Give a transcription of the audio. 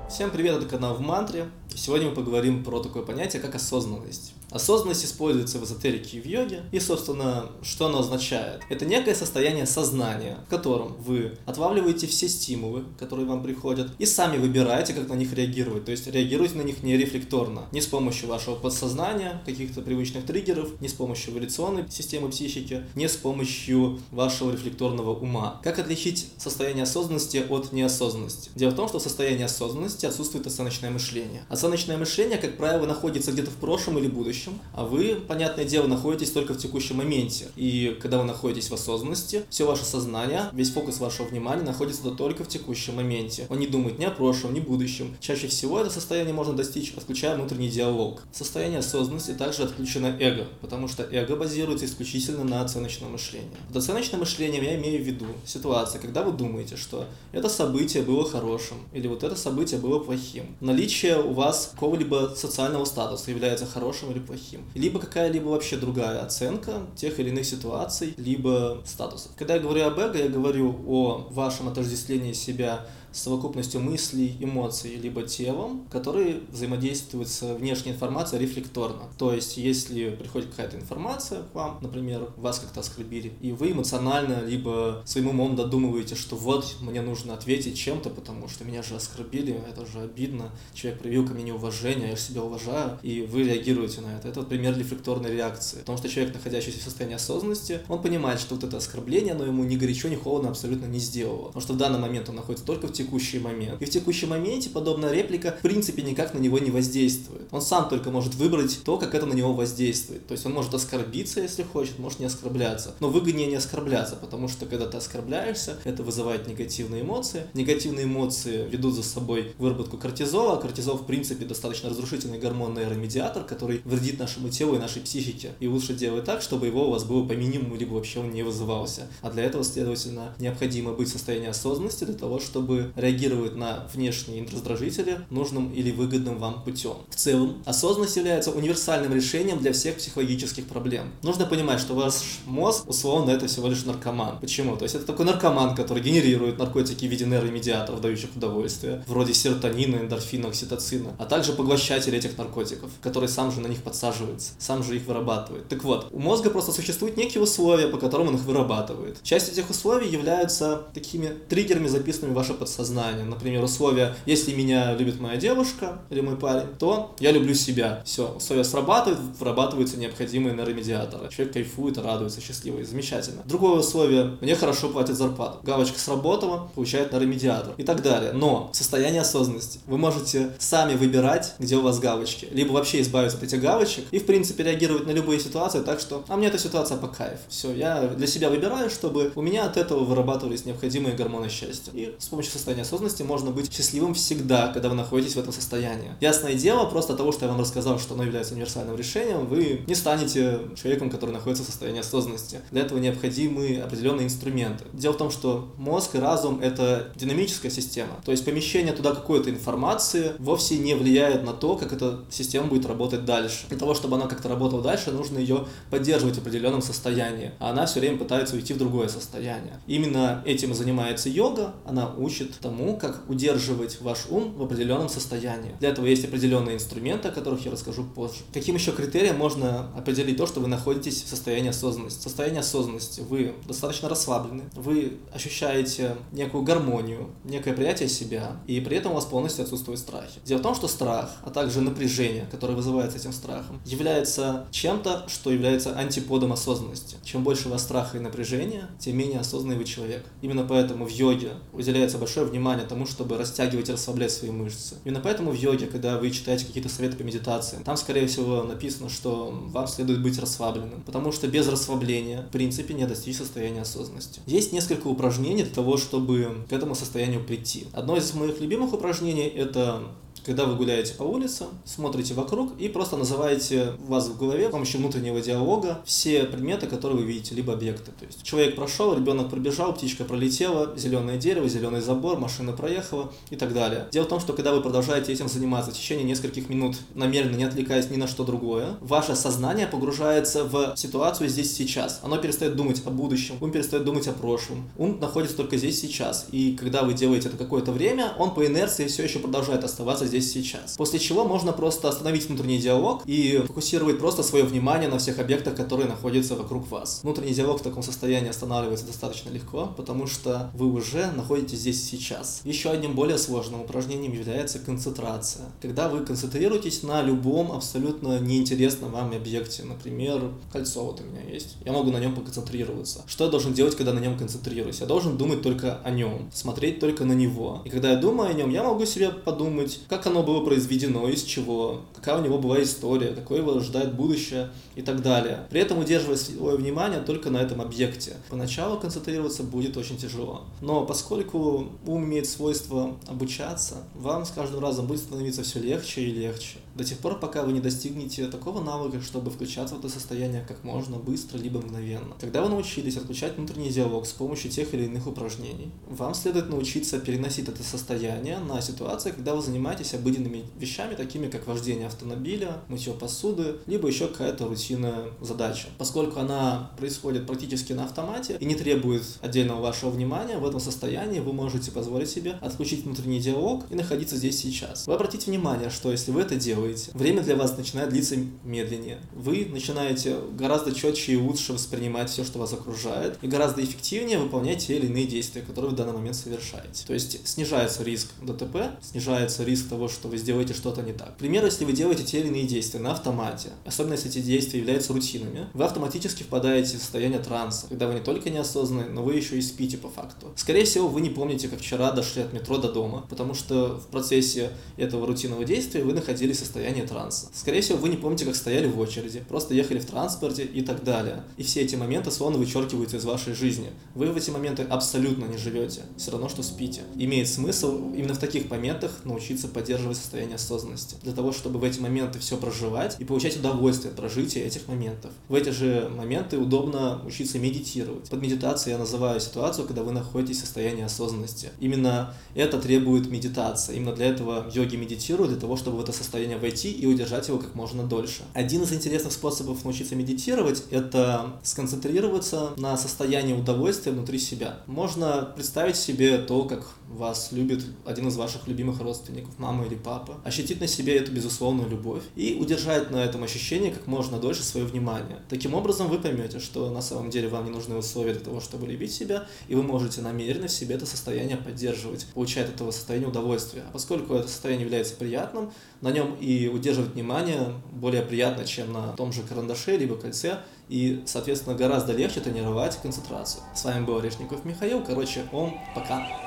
Всем привет, это канал в Мантре. Сегодня мы поговорим про такое понятие, как осознанность. Осознанность используется в эзотерике и в йоге. И, собственно, что оно означает? Это некое состояние сознания, в котором вы отлавливаете все стимулы, которые вам приходят, и сами выбираете, как на них реагировать. То есть реагируете на них не рефлекторно, не с помощью вашего подсознания, каких-то привычных триггеров, не с помощью эволюционной системы психики, не с помощью вашего рефлекторного ума. Как отличить состояние осознанности от неосознанности? Дело в том, что в состоянии осознанности отсутствует оценочное мышление. Оценочное мышление, как правило, находится где-то в прошлом или будущем, а вы, понятное дело, находитесь только в текущем моменте. И когда вы находитесь в осознанности, все ваше сознание, весь фокус вашего внимания находится только в текущем моменте. Он не думает ни о прошлом, ни о будущем. Чаще всего это состояние можно достичь, отключая внутренний диалог. В состоянии осознанности также отключено эго, потому что эго базируется исключительно на оценочном мышлении. Под оценочным мышлением я имею в виду ситуацию, когда вы думаете, что это событие было хорошим, или вот это событие было плохим. Наличие у вас какого-либо социального статуса является хорошим или плохим. Либо какая-либо вообще другая оценка тех или иных ситуаций, либо статусов. Когда я говорю об эго, я говорю о вашем отождествлении себя с совокупностью мыслей, эмоций, либо телом, которые взаимодействуют с внешней информацией рефлекторно. То есть, если приходит какая-то информация к вам, например, вас как-то оскорбили, и вы эмоционально, либо своим умом додумываете, что вот, мне нужно ответить чем-то, потому что меня же оскорбили, это же обидно, человек проявил ко мне неуважение, я же себя уважаю, и вы реагируете на это. Это вот пример рефлекторной реакции. Потому что человек, находящийся в состоянии осознанности, он понимает, что вот это оскорбление, оно ему ни горячо, ни холодно абсолютно не сделало. Потому что в данный момент он находится только в текущий момент. И в текущем моменте подобная реплика в принципе никак на него не воздействует. Он сам только может выбрать то, как это на него воздействует. То есть он может оскорбиться, если хочет, может не оскорбляться. Но выгоднее не оскорбляться, потому что когда ты оскорбляешься, это вызывает негативные эмоции. Негативные эмоции ведут за собой выработку кортизола. Кортизол в принципе достаточно разрушительный гормон, нейромедиатор, который вредит нашему телу и нашей психике. И лучше делать так, чтобы его у вас было по минимуму, либо вообще он не вызывался. А для этого, следовательно, необходимо быть в состоянии осознанности для того, чтобы реагировать на внешние раздражители нужным или выгодным вам путем. В целом, осознанность является универсальным решением для всех психологических проблем. Нужно понимать, что ваш мозг, условно, это всего лишь наркоман. Почему? То есть это такой наркоман, который генерирует наркотики в виде нейромедиаторов, дающих удовольствие, вроде серотонина, эндорфина, окситоцина, а также поглощатель этих наркотиков, который сам же на них подсаживается, сам же их вырабатывает. Так вот, у мозга просто существуют некие условия, по которым он их вырабатывает. Часть этих условий являются такими триггерами, записанными в ваше подсознание. Например, условия: если меня любит моя девушка или мой парень, то я люблю себя. Все, условия срабатывают, вырабатываются необходимые нейромедиаторы. Человек кайфует, радуется, счастливый, замечательно. Другое условие: мне хорошо платят зарплату. Галочка сработала, получает нейромедиатор и так далее. Но в состоянии осознанности вы можете сами выбирать, где у вас галочки, либо вообще избавиться от этих галочек и в принципе реагировать на любые ситуации так, что мне эта ситуация по кайфу. Все, я для себя выбираю, чтобы у меня от этого вырабатывались необходимые гормоны счастья. И с помощью состояния осознанности можно быть счастливым всегда, когда вы находитесь в этом состоянии. Ясное дело, просто от того, что я вам рассказал, что оно является универсальным решением, вы не станете человеком, который находится в состоянии осознанности. Для этого необходимы определенные инструменты. Дело в том, что мозг и разум — это динамическая система. То есть помещение туда какой-то информации вовсе не влияет на то, как эта система будет работать дальше. Для того, чтобы она как-то работала дальше, нужно ее поддерживать в определенном состоянии. А она все время пытается уйти в другое состояние. Именно этим и занимается йога. Она учит тому, как удерживать ваш ум в определенном состоянии. Для этого есть определенные инструменты, о которых я расскажу позже. Каким еще критерием можно определить то, что вы находитесь в состоянии осознанности? В состоянии осознанности вы достаточно расслаблены, вы ощущаете некую гармонию, некое принятие себя, и при этом у вас полностью отсутствуют страхи. Дело в том, что страх, а также напряжение, которое вызывается этим страхом, является чем-то, что является антиподом осознанности. Чем больше у вас страха и напряжения, тем менее осознанный вы человек. Именно поэтому в йоге уделяется большое внимание тому, чтобы растягивать и расслаблять свои мышцы. Именно поэтому в йоге, когда вы читаете какие-то советы по медитации, там, скорее всего, написано, что вам следует быть расслабленным, потому что без расслабления, в принципе, не достичь состояния осознанности. Есть несколько упражнений для того, чтобы к этому состоянию прийти. Одно из моих любимых упражнений — это Когда вы гуляете по улице, смотрите вокруг и просто называете у вас в голове с помощью внутреннего диалога все предметы, которые вы видите, либо объекты. То есть человек прошел, ребенок пробежал, птичка пролетела, зеленое дерево, зеленый забор, машина проехала и так далее. Дело в том, что когда вы продолжаете этим заниматься в течение нескольких минут, намеренно не отвлекаясь ни на что другое, ваше сознание погружается в ситуацию здесь сейчас. Оно перестает думать о будущем, ум перестает думать о прошлом. Ум находится только здесь сейчас. И когда вы делаете это какое-то время, он по инерции все еще продолжает оставаться здесь сейчас. После чего можно просто остановить внутренний диалог и фокусировать просто свое внимание на всех объектах, которые находятся вокруг вас. Внутренний диалог в таком состоянии останавливается достаточно легко, потому что вы уже находитесь здесь сейчас. Еще одним более сложным упражнением является концентрация. Когда вы концентрируетесь на любом абсолютно неинтересном вам объекте, например, кольцо вот у меня есть, я могу на нем поконцентрироваться. Что я должен делать, когда на нем концентрируюсь? Я должен думать только о нем, смотреть только на него. И когда я думаю о нем, я могу себе подумать, как оно было произведено, из чего, какая у него была история, какое его ожидает будущее и так далее. При этом удерживая свое внимание только на этом объекте. Поначалу концентрироваться будет очень тяжело. Но поскольку ум имеет свойство обучаться, вам с каждым разом будет становиться все легче и легче. До тех пор, пока вы не достигнете такого навыка, чтобы включаться в это состояние как можно быстро, либо мгновенно. Когда вы научились отключать внутренний диалог с помощью тех или иных упражнений, вам следует научиться переносить это состояние на ситуации, когда вы занимаетесь обыденными вещами, такими как вождение автомобиля, мытье посуды, либо еще какая-то рутинная задача. Поскольку она происходит практически на автомате и не требует отдельного вашего внимания, в этом состоянии вы можете позволить себе отключить внутренний диалог и находиться здесь сейчас. Вы обратите внимание, что если вы это делаете, время для вас начинает длиться медленнее. Вы начинаете гораздо четче и лучше воспринимать все, что вас окружает, и гораздо эффективнее выполнять те или иные действия, которые в данный момент совершаете. То есть снижается риск ДТП, снижается риск того, что вы сделаете что-то не так. К примеру, если вы делаете те или иные действия на автомате, особенно если эти действия являются рутинами, вы автоматически впадаете в состояние транса, когда вы не только неосознанны, но вы еще и спите по факту. Скорее всего, вы не помните, как вчера дошли от метро до дома, потому что в процессе этого рутинного действия вы находились в состоянии транса. Скорее всего, вы не помните, как стояли в очереди, просто ехали в транспорте и так далее. И все эти моменты словно вычеркиваются из вашей жизни. Вы в эти моменты абсолютно не живете, все равно, что спите. Имеет смысл именно в таких моментах научиться поддерживать состояние осознанности, для того, чтобы в эти моменты все проживать и получать удовольствие от прожития этих моментов. В эти же моменты удобно учиться медитировать. Под медитацией я называю ситуацию, когда вы находитесь в состоянии осознанности. Именно это требует медитации. Именно для этого йоги медитируют, для того, чтобы в это состояние войти и удержать его как можно дольше. Один из интересных способов научиться медитировать – это сконцентрироваться на состоянии удовольствия внутри себя. Можно представить себе то, как вас любит один из ваших любимых родственников, мама или папа, ощутить на себе эту безусловную любовь и удержать на этом ощущении как можно дольше свое внимание. Таким образом, вы поймете, что на самом деле вам не нужны условия для того, чтобы любить себя, и вы можете намеренно в себе это состояние поддерживать, получая от этого состояния удовольствия. А поскольку это состояние является приятным, на нем и удерживать внимание более приятно, чем на том же карандаше либо кольце, и, соответственно, гораздо легче тренировать концентрацию. С вами был Орешников Михаил. Пока.